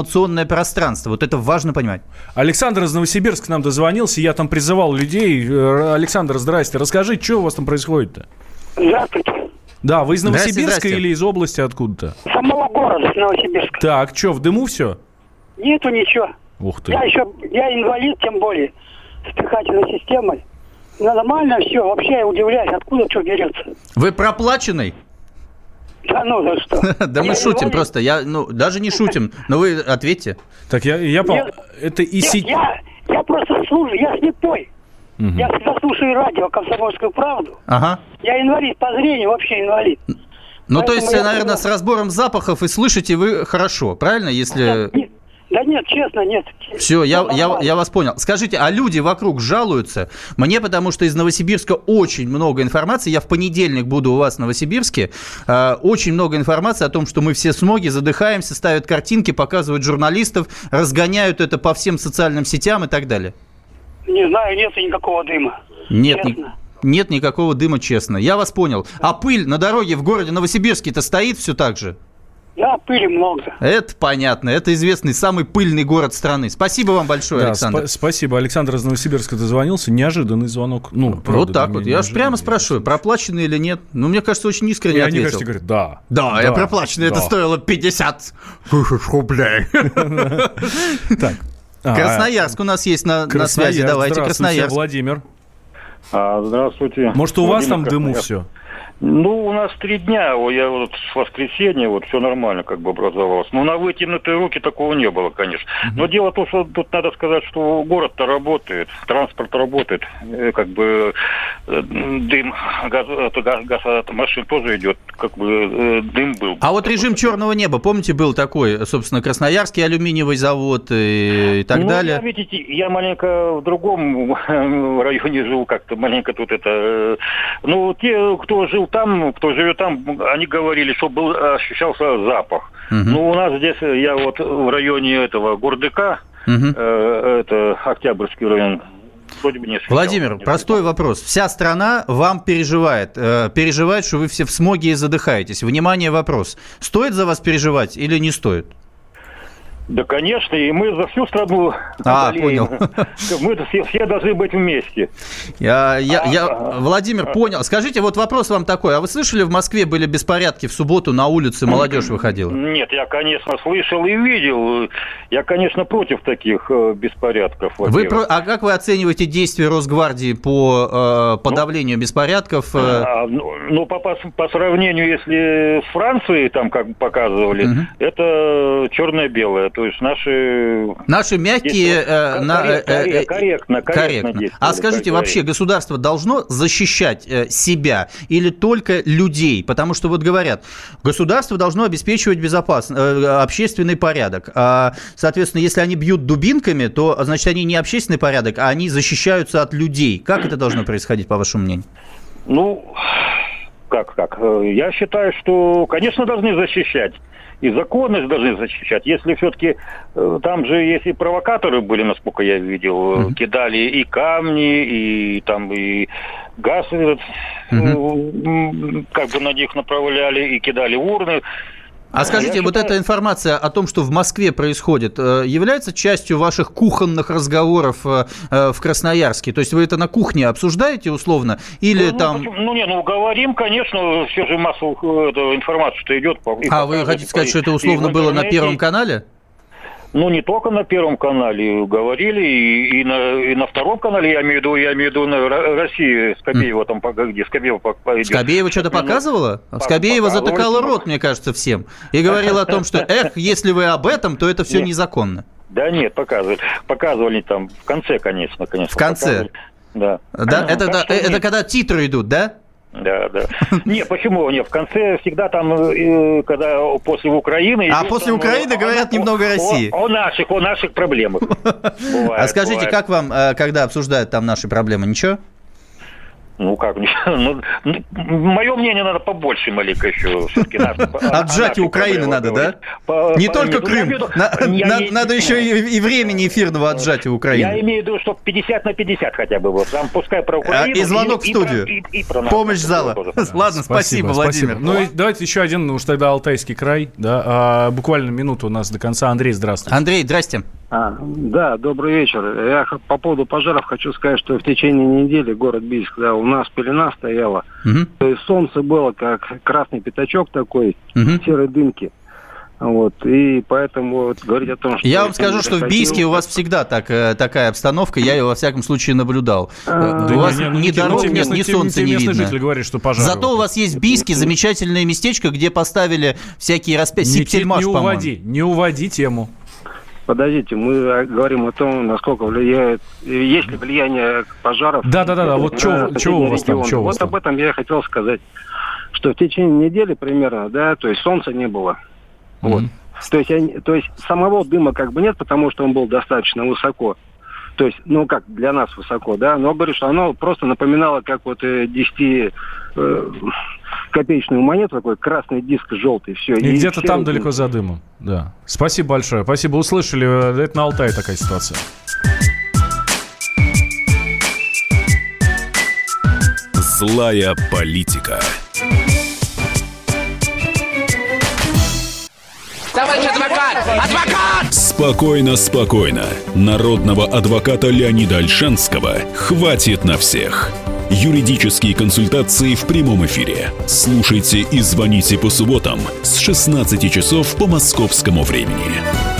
пространство. Вот это важно понимать. Александр из Новосибирска к нам дозвонился, я там призывал людей. Александр, здрасте, расскажите, что у вас там происходит-то? Здравствуйте. Да, вы из Новосибирска Здрасте. или из области откуда-то? С самого города, с Новосибирска. Так, что, в дыму все? Нету ничего. Ух ты. Я инвалид, тем более, с дыхательной системой. Нормально все, вообще я удивляюсь, откуда что берется. Вы проплаченный? Да ну за что? Да мы шутим просто. Даже не шутим, но вы ответьте. Так, я понял. Это и Я просто слушаю, я слепой. Я всегда слушаю радио «Комсомольскую правду». Ага. Я инвалид по зрению, вообще инвалид. Ну, то есть, Поэтому наверное, с разбором запахов и слышите вы хорошо, правильно? Если... Да нет, честно, нет. Все, я вас понял. Скажите, а люди вокруг жалуются? Мне, потому что из Новосибирска очень много информации. Я в понедельник буду у вас в Новосибирске. Очень много информации о том, что мы все в смоге, задыхаемся, ставят картинки, показывают журналистов, разгоняют это по всем социальным сетям и так далее. Не знаю, нет никакого дыма. Нет никакого дыма, честно. Я вас понял. А пыль на дороге в городе Новосибирске-то стоит все так же? Да, пыли много. Это понятно. Это известный самый пыльный город страны. Спасибо вам большое, Александр. Спасибо. Александр из Новосибирска дозвонился. Неожиданный звонок. Правда, вот так вот. Я же прямо спрашиваю, проплаченный или нет. Мне кажется, очень искренне ответил. Они, кажется, говорят, да. Да, я проплаченный. Это стоило 50 рублей. Так. Красноярск у нас есть на связи. Давайте, Красноярск. Владимир. Здравствуйте. Может, у вас там дыму все? У нас 3 дня, я вот с воскресенья, все нормально образовалось. Но на вытянутые руки такого не было, конечно. Но дело в том, что тут надо сказать, что город-то работает, транспорт работает, дым, газ от машин тоже идет, дым был. А вот режим черного неба, помните, был такой, собственно, Красноярский алюминиевый завод и так далее? Видите, я маленько в другом районе жил, как-то маленько тут это... те, кто жил там, кто живет там, они говорили, что ощущался запах. У нас здесь, я вот в районе этого Гурдыка, это Октябрьский район, вроде бы не ощущал. Владимир, простой вопрос. Вся страна вам переживает, что вы все в смоге и задыхаетесь. Внимание, вопрос. Стоит за вас переживать или не стоит? Да, конечно, и мы за всю страну понял. Мы все должны быть вместе. Владимир, понял. Скажите, вот вопрос вам такой. А вы слышали, в Москве были беспорядки в субботу, на улице молодежь выходила? Нет, я, конечно, слышал и видел. Я, конечно, против таких беспорядков. А как вы оцениваете действия Росгвардии по подавлению беспорядков? По сравнению, если с Францией, там как показывали, это черное-белое. То есть наши мягкие... Корректно. А скажите, вообще государство должно защищать себя или только людей? Потому что вот говорят, государство должно обеспечивать общественный порядок. Соответственно, если они бьют дубинками, то, значит, они не общественный порядок, а они защищаются от людей. Как это должно происходить, по вашему мнению? Как? Я считаю, что, конечно, должны защищать. И законность должны защищать. Если все-таки там же, если провокаторы были, насколько я видел, кидали и камни, и газ на них направляли, и кидали урны. А скажите, эта информация о том, что в Москве происходит, является частью ваших кухонных разговоров в Красноярске? То есть вы это на кухне обсуждаете условно? Или говорим, конечно, все же массу информацию-то идет. Вы хотите сказать, что это условно было на Первом канале? Не только на Первом канале говорили, и на Втором канале, я имею в виду на России, Скобеева там, где Скобеева пойдет. Скобеева что-то показывала? Скобеева затыкала рот, мне кажется, всем. И говорила о том, что, если вы об этом, то это все незаконно. Да нет, показывали там в конце, конечно. В конце? Да. Это когда титры идут, да? Да. Не, почему? В конце всегда там, когда после Украины... после Украины говорят немного России. О наших проблемах. А скажите, как вам, когда обсуждают там наши проблемы, ничего? Ну как, мое мнение, надо побольше маленько еще. Отжатие Украины надо, да? Не только Крым. Надо еще и времени эфирного отжатия Украины. Я имею в виду, что 50 на 50 хотя бы. Вот. Там пускай про Украину. И звонок в студию. И про нас. Помощь зала. Ладно, спасибо, Владимир. Ну и давайте еще один, уж тогда Алтайский край. Да, буквально минуту у нас до конца. Андрей, здравствуйте. Андрей, здрасте. Да, добрый вечер. Я по поводу пожаров хочу сказать, что в течение недели город Бийск, да, у нас пелена стояла. То есть солнце было как красный пятачок такой, серой дымки. Вот, и поэтому вот, говорить о том, что... Я вам скажу, что в Бийске у вас всегда такая обстановка, я ее во всяком случае наблюдал. У вас ни дорог нет, ни солнца не видно. Житель говорит, что пожар. Зато у вас есть в Бийске замечательное местечко, где поставили всякие распятия. Септельмаш, по-моему. Не уводи тему. Подождите, мы говорим о том, насколько влияет, есть ли влияние пожаров. Да, вот что у вас там? Вот об этом я и хотел сказать, что в течение недели примерно, да, то есть солнца не было. Вот. То есть самого дыма как бы нет, потому что он был достаточно высоко. То есть, ну как, для нас высоко, да, но говорю, что оно просто напоминало, как вот 10-копеечную монету, такой красный диск желтый, все. И где-то там далеко за дымом, да. Спасибо большое, спасибо, услышали, это на Алтае такая ситуация. Злая политика. Товарищ адвокат! Адвокат! Спокойно. Народного адвоката Леонида Ольшанского хватит на всех. Юридические консультации в прямом эфире. Слушайте и звоните по субботам с 16 часов по московскому времени.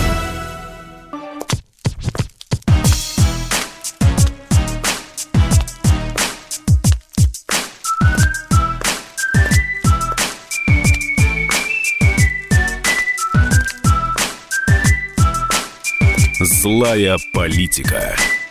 Злая политика.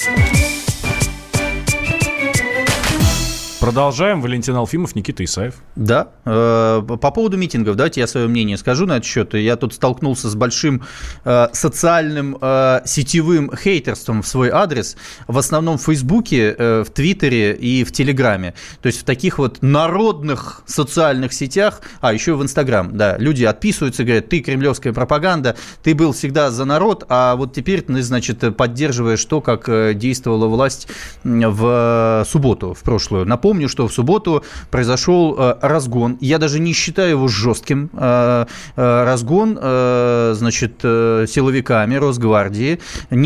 Продолжаем. Валентин Алфимов, Никита Исаев. Да. По поводу митингов, давайте я свое мнение скажу на этот счет. Я тут столкнулся с большим социальным сетевым хейтерством в свой адрес. В основном в Фейсбуке, в Твиттере и в Телеграме. То есть в таких вот народных социальных сетях, еще в Инстаграм, да, люди отписываются, говорят, ты кремлевская пропаганда, ты был всегда за народ, а вот теперь ты, значит, поддерживаешь то, как действовала власть в субботу, в прошлую. Напомню, что в субботу произошел разгон. Я даже не считаю его жестким. Разгон, значит, силовиками Росгвардии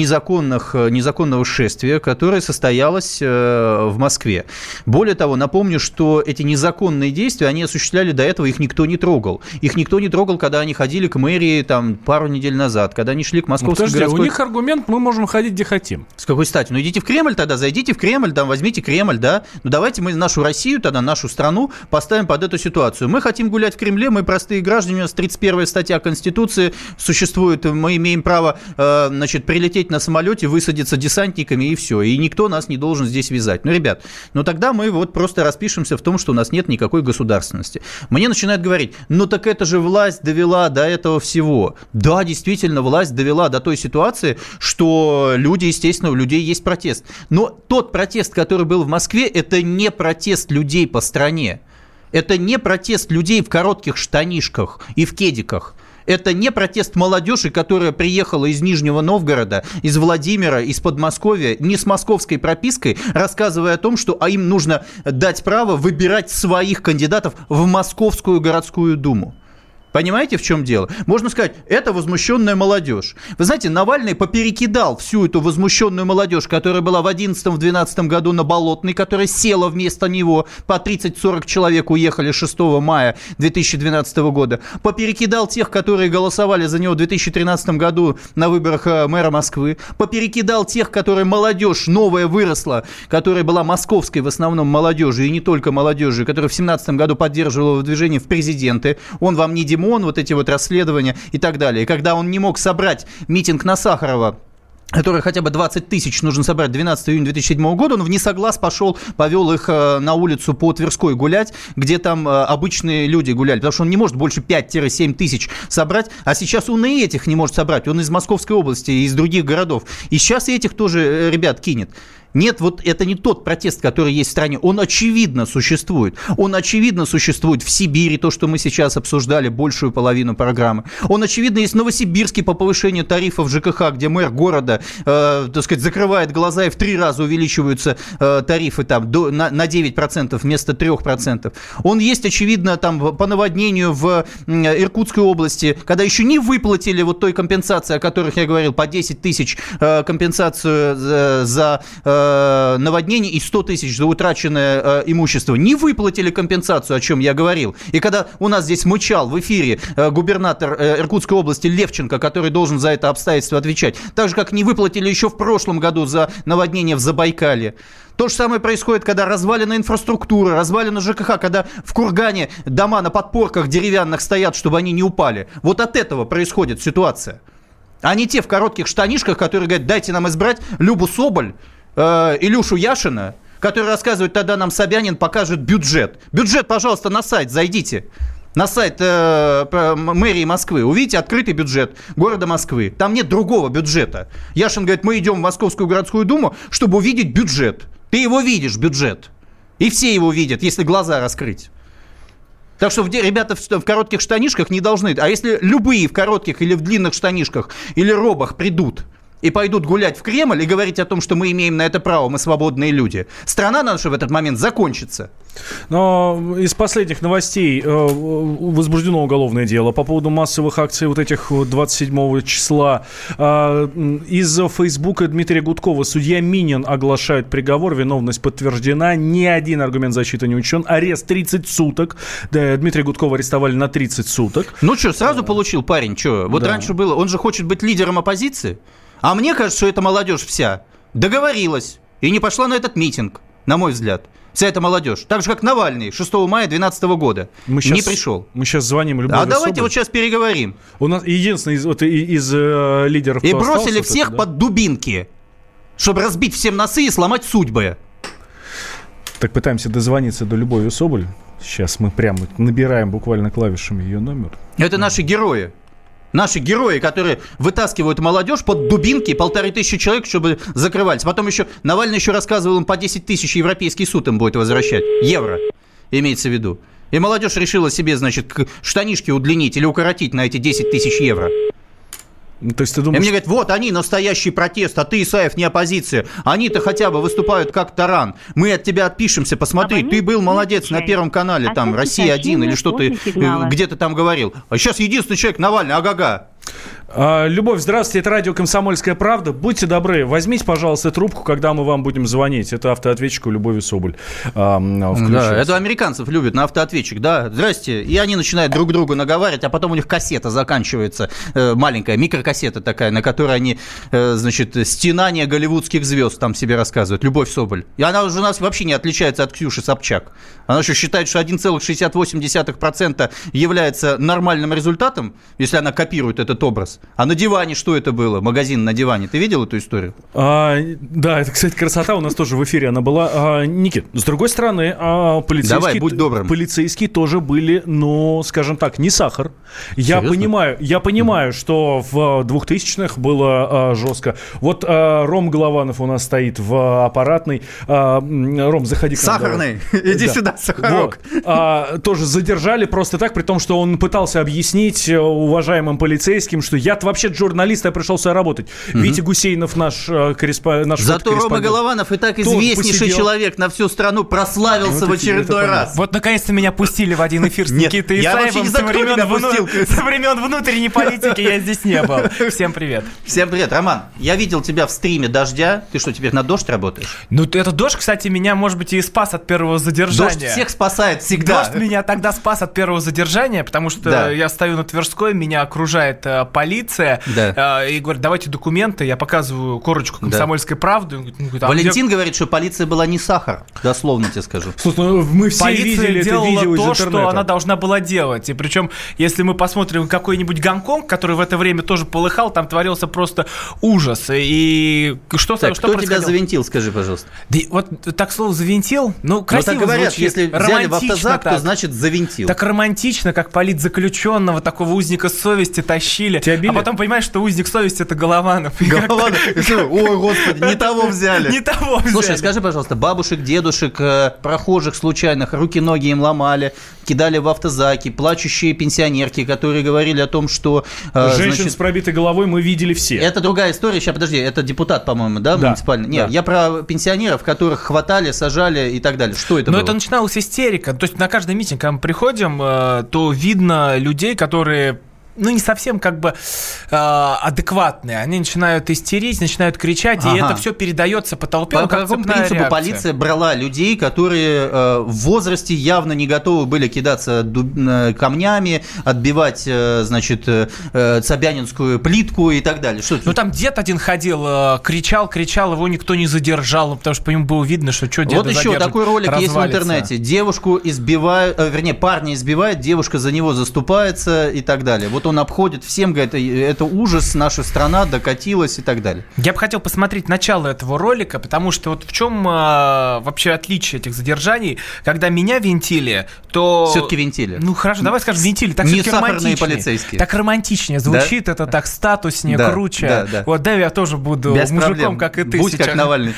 незаконного шествия, которое состоялось в Москве. Более того, напомню, что эти незаконные действия, они осуществляли до этого, их никто не трогал. Их никто не трогал, когда они ходили к мэрии там пару недель назад, когда они шли к московской городской... У них аргумент, мы можем ходить где хотим. С какой стати? Ну идите в Кремль тогда, зайдите в Кремль, там возьмите Кремль, да. Ну давайте мы нашу Россию, тогда нашу страну поставим под эту ситуацию. Мы хотим гулять в Кремле, мы простые граждане, у нас 31-я статья Конституции существует, мы имеем право, значит, прилететь на самолете, высадиться десантниками и все, и никто нас не должен здесь вязать. Ну, ребят, ну тогда мы вот просто распишемся в том, что у нас нет никакой государственности. Мне начинают говорить, ну так это же власть довела до этого всего. Да, действительно, власть довела до той ситуации, что люди, естественно, у людей есть протест. Но тот протест, который был в Москве, это не протест людей по стране. Это не протест людей в коротких штанишках и в кедиках. Это не протест молодежи, которая приехала из Нижнего Новгорода, из Владимира, из Подмосковья, не с московской пропиской, рассказывая о том, что им нужно дать право выбирать своих кандидатов в Московскую городскую думу. Понимаете, в чем дело? Можно сказать, это возмущенная молодежь. Вы знаете, Навальный поперекидал всю эту возмущенную молодежь, которая была в 2011-2012 году на Болотной, которая села вместо него, по 30-40 человек уехали 6 мая 2012 года. Поперекидал тех, которые голосовали за него в 2013 году на выборах мэра Москвы. Поперекидал тех, которые молодежь новая выросла, которая была московской в основном молодежью, и не только молодежью, которая в 2017 году поддерживала движение в президенты. Он вам не Димон, вот эти вот расследования и так далее. И когда он не мог собрать митинг на Сахарова, который хотя бы 20 тысяч нужно собрать 12 июня 2007 года, он в несоглас повел их на улицу по Тверской гулять, где там обычные люди гуляли, потому что он не может больше 5-7 тысяч собрать, а сейчас он и этих не может собрать, он из Московской области, из других городов, и сейчас и этих тоже, ребят, кинет. Нет, вот это не тот протест, который есть в стране. Он очевидно существует. Он очевидно существует в Сибири, то, что мы сейчас обсуждали, большую половину программы. Он очевидно есть в Новосибирске по повышению тарифов ЖКХ, где мэр города, так сказать, закрывает глаза и в 3 раза увеличиваются тарифы там, на 9% вместо 3%. Он есть, очевидно, там по наводнению в Иркутской области, когда еще не выплатили вот той компенсации, о которых я говорил, по 10 тысяч компенсацию за наводнение и 100 тысяч за утраченное имущество. Не выплатили компенсацию, о чем я говорил. И когда у нас здесь мычал в эфире губернатор Иркутской области Левченко, который должен за это обстоятельство отвечать, так же, как не выплатили еще в прошлом году за наводнение в Забайкалье. То же самое происходит, когда развалена инфраструктура, развалена ЖКХ, когда в Кургане дома на подпорках деревянных стоят, чтобы они не упали. Вот от этого происходит ситуация. А не те в коротких штанишках, которые говорят, дайте нам избрать Любу Соболь, Илюшу Яшина, который рассказывает, тогда нам Собянин покажет бюджет. Бюджет, пожалуйста, на сайт зайдите. На сайт мэрии Москвы. Увидите открытый бюджет города Москвы. Там нет другого бюджета. Яшин говорит, мы идем в Московскую городскую думу, чтобы увидеть бюджет. Ты его видишь, бюджет. И все его видят, если глаза раскрыть. Так что ребята в коротких штанишках не должны. А если любые в коротких или в длинных штанишках или робах придут и пойдут гулять в Кремль и говорить о том, что мы имеем на это право, мы свободные люди, страна наша в этот момент закончится. Но из последних новостей возбуждено уголовное дело по поводу массовых акций вот этих 27 числа. Из Фейсбука Дмитрия Гудкова судья Минин оглашает приговор, виновность подтверждена, ни один аргумент защиты не учтен, арест 30 суток. Да, Дмитрия Гудкова арестовали на 30 суток. Ну что, сразу получил парень, что? Вот да. Раньше было, он же хочет быть лидером оппозиции. А мне кажется, что эта молодежь вся договорилась и не пошла на этот митинг, на мой взгляд. Вся эта молодежь. Так же, как Навальный 6 мая 2012 года не пришел. Мы сейчас звоним Любови Соболь. Давайте вот сейчас переговорим. У нас единственный из лидеров, и бросили всех под дубинки, чтобы разбить всем носы и сломать судьбы. Так пытаемся дозвониться до Любови Соболь. Сейчас мы прямо набираем буквально клавишами ее номер. Это наши герои. Наши герои, которые вытаскивают молодежь под дубинки, 1500 человек, чтобы закрывались. Потом еще Навальный еще рассказывал им, по 10 тысяч Европейский суд им будет возвращать. Евро, имеется в виду. И молодежь решила себе, значит, штанишки удлинить или укоротить на эти 10 тысяч евро. То есть ты думаешь... И мне говорят, вот они, настоящий протест, а ты, Исаев, не оппозиция. Они-то хотя бы выступают как таран. Мы от тебя отпишемся, посмотри, ты был молодец на Первом канале, там, «Россия-1» или что ты где-то там говорил. А сейчас единственный человек, Навальный, ага-га. Любовь, здравствуйте, это радио «Комсомольская правда». Будьте добры, возьмите, пожалуйста, трубку, когда мы вам будем звонить. Это автоответчик у Любови Соболь. Да, это американцев любят на автоответчик, да. Здрасте. И они начинают друг другу наговаривать, а потом у них кассета заканчивается, маленькая микрокассета такая, на которой они, значит, стенания голливудских звезд там себе рассказывают. Любовь Соболь. И она уже у нас вообще не отличается от Ксюши Собчак. Она еще считает, что 1,68% является нормальным результатом, если она копирует этот образ. А на диване что это было? Магазин на диване. Ты видел эту историю? Да, это, кстати, красота. У нас тоже в эфире она была. Никит, с другой стороны, полицейские, давай, будь добрым. Полицейские тоже были, ну, скажем так, не сахар. Я понимаю, что в 2000-х было жестко. Вот Ром Голованов у нас стоит в аппаратной. Ром, заходи к нам. Сахарный. Иди сюда, сахарок. Вот. Тоже задержали просто так, при том, что он пытался объяснить уважаемым полицейским, что я-то вообще журналист, я пришел сюда работать. Витя Гусейнов, наш корреспондент. Зато Рома Голованов и так известнейший человек на всю страну прославился в очередной раз. Вот наконец-то меня пустили в один эфир с Никитой Исаевым. Со времен внутренней политики я здесь не был. Всем привет. Всем привет. Роман, я видел тебя в стриме «Дождя». Ты что, теперь на «Дождь» работаешь? Ну, этот «Дождь», кстати, меня, может быть, и спас от первого задержания. «Дождь» всех спасает всегда. «Дождь» меня тогда спас от первого задержания, потому что я стою на Тверской, меня окружает полиция, и говорит, давайте документы, я показываю корочку «Комсомольской правды». Валентин говорит, что полиция была не сахар, дословно тебе скажу. Слушай, ну, мы все видели это видео из интернета. Что она должна была делать. И причем, если мы посмотрим какой-нибудь Гонконг, который в это время тоже полыхал, там творился просто ужас. И что кто тебя завинтил, скажи, пожалуйста? Да вот так слово «завинтил», ну, красиво так говорят, звучит. Если взяли в автозак, то значит завинтил. Так романтично, как политзаключенного, такого узника совести тащили. купили. А потом понимаешь, что узник совести — это Голованов. Ой, господи, не того взяли. Не того взяли. Слушай, скажи, пожалуйста, бабушек, дедушек, прохожих случайных, руки-ноги им ломали, кидали в автозаки, плачущие пенсионерки, которые говорили о том, что... Женщин с пробитой головой мы видели все. Это другая история. Сейчас, подожди, это депутат, по-моему, да, муниципальный? Нет, я про пенсионеров, которых хватали, сажали и так далее. Что это было? Но это начиналась истерика. То есть на каждый митинг, когда мы приходим, то видно людей, которые... не совсем адекватные. Они начинают истерить, начинают кричать, и это все передается по толпе. По какому принципу реакция? Полиция брала людей, которые в возрасте явно не готовы были кидаться камнями, отбивать, Собянинскую плитку и так далее? Что там дед один ходил, кричал, его никто не задержал, потому что по нему было видно, что деда задержат. Вот еще такой ролик есть в интернете. Девушку избивают, парня избивает, девушка за него заступается и так далее. Вот он обходит всем, говорит, это ужас, наша страна докатилась и так далее. Я бы хотел посмотреть начало этого ролика, потому что вот в чем вообще отличие этих задержаний. Когда меня винтили, то... Все-таки винтили. Ну, хорошо, давай скажем винтили. Так не сахарные полицейские. Так романтичнее звучит, да? Это так статуснее, круче. Да. Вот, да, я тоже буду без мужиком, проблем. Как и ты. Будь сейчас. Как Навальный.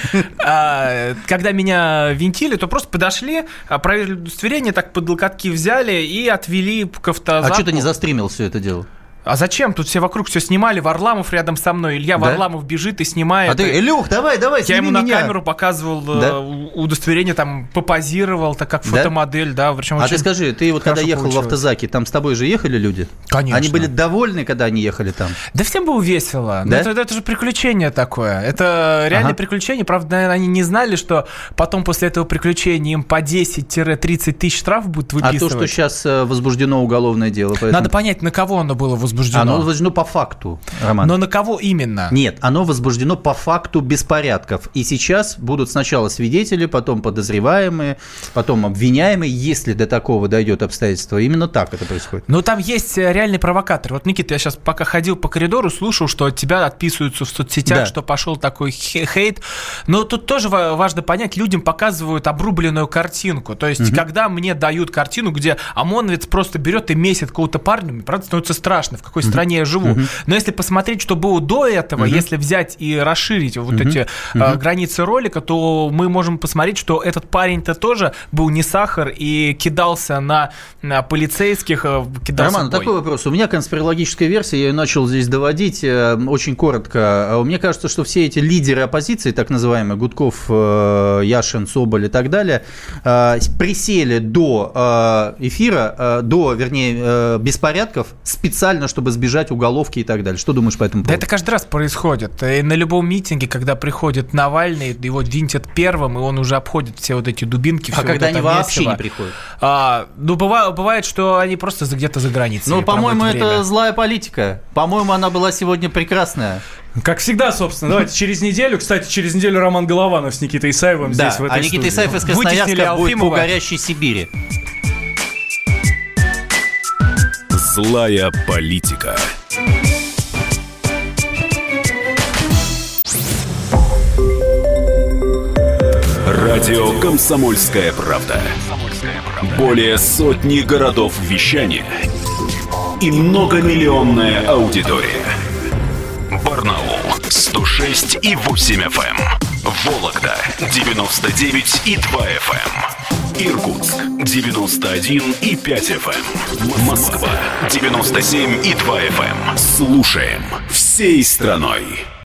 Когда меня винтили, то просто подошли, проверили удостоверение, так под локотки взяли и отвели к автозаку. А что ты не застримил все это дело? А зачем? Тут все вокруг все снимали. Варламов рядом со мной. Илья Варламов бежит и снимает. А ты, Илюх, давай, я ему на камеру показывал удостоверение, там попозировал, так как фотомодель, да. Причем ты скажи, ты вот когда ехал в автозаке, там с тобой же ехали люди? Конечно. Они были довольны, когда они ехали там? Да всем было весело. Да? Это же приключение такое. Это реальное приключение. Правда, наверное, они не знали, что потом после этого приключения им по 10-30 тысяч штрафов будут выписывать. А то, что сейчас возбуждено уголовное дело. Поэтому... Надо понять, на кого оно было возбуждено. Оно возбуждено по факту, Роман. Но на кого именно? Нет, оно возбуждено по факту беспорядков. И сейчас будут сначала свидетели, потом подозреваемые, потом обвиняемые, если до такого дойдет обстоятельство. Именно так это происходит. Но там есть реальный провокатор. Вот, Никита, я сейчас пока ходил по коридору, слушал, что от тебя отписываются в соцсетях, что пошел такой хейт. Но тут тоже важно понять, людям показывают обрубленную картинку. То есть, когда мне дают картину, где ОМОНовец просто берет и месит какого-то парня, мне правда становится страшно, в какой стране я живу. Но если посмотреть, что было до этого, если взять и расширить вот эти границы ролика, то мы можем посмотреть, что этот парень-то тоже был не сахар и кидался на полицейских, кидался Роман, такой вопрос. У меня конспирологическая версия, я ее начал здесь доводить очень коротко. Мне кажется, что все эти лидеры оппозиции, так называемые, Гудков, Яшин, Соболь и так далее, присели до эфира, вернее, беспорядков специально, чтобы сбежать уголовки и так далее. Что думаешь по этому поводу? Да это каждый раз происходит. И на любом митинге, когда приходит Навальный, его винтят первым, и он уже обходит все вот эти дубинки. А когда они вообще не приходят? Бывает, что они просто где-то за границей. Ну, по-моему, это злая политика. По-моему, она была сегодня прекрасная. Как всегда, собственно. Давайте через неделю. Кстати, через неделю Роман Голованов с Никитой Исаевым здесь, в этой студии. Никита Исаев из Красноярска будет по горящей Сибири. Злая политика. Радио «Комсомольская правда». Более сотни городов вещания и многомиллионная аудитория. Барнаул 106,8 FM. Вологда 99,2 FM. Иркутск 91,5 FM. Москва 97,2 FM. Слушаем всей страной.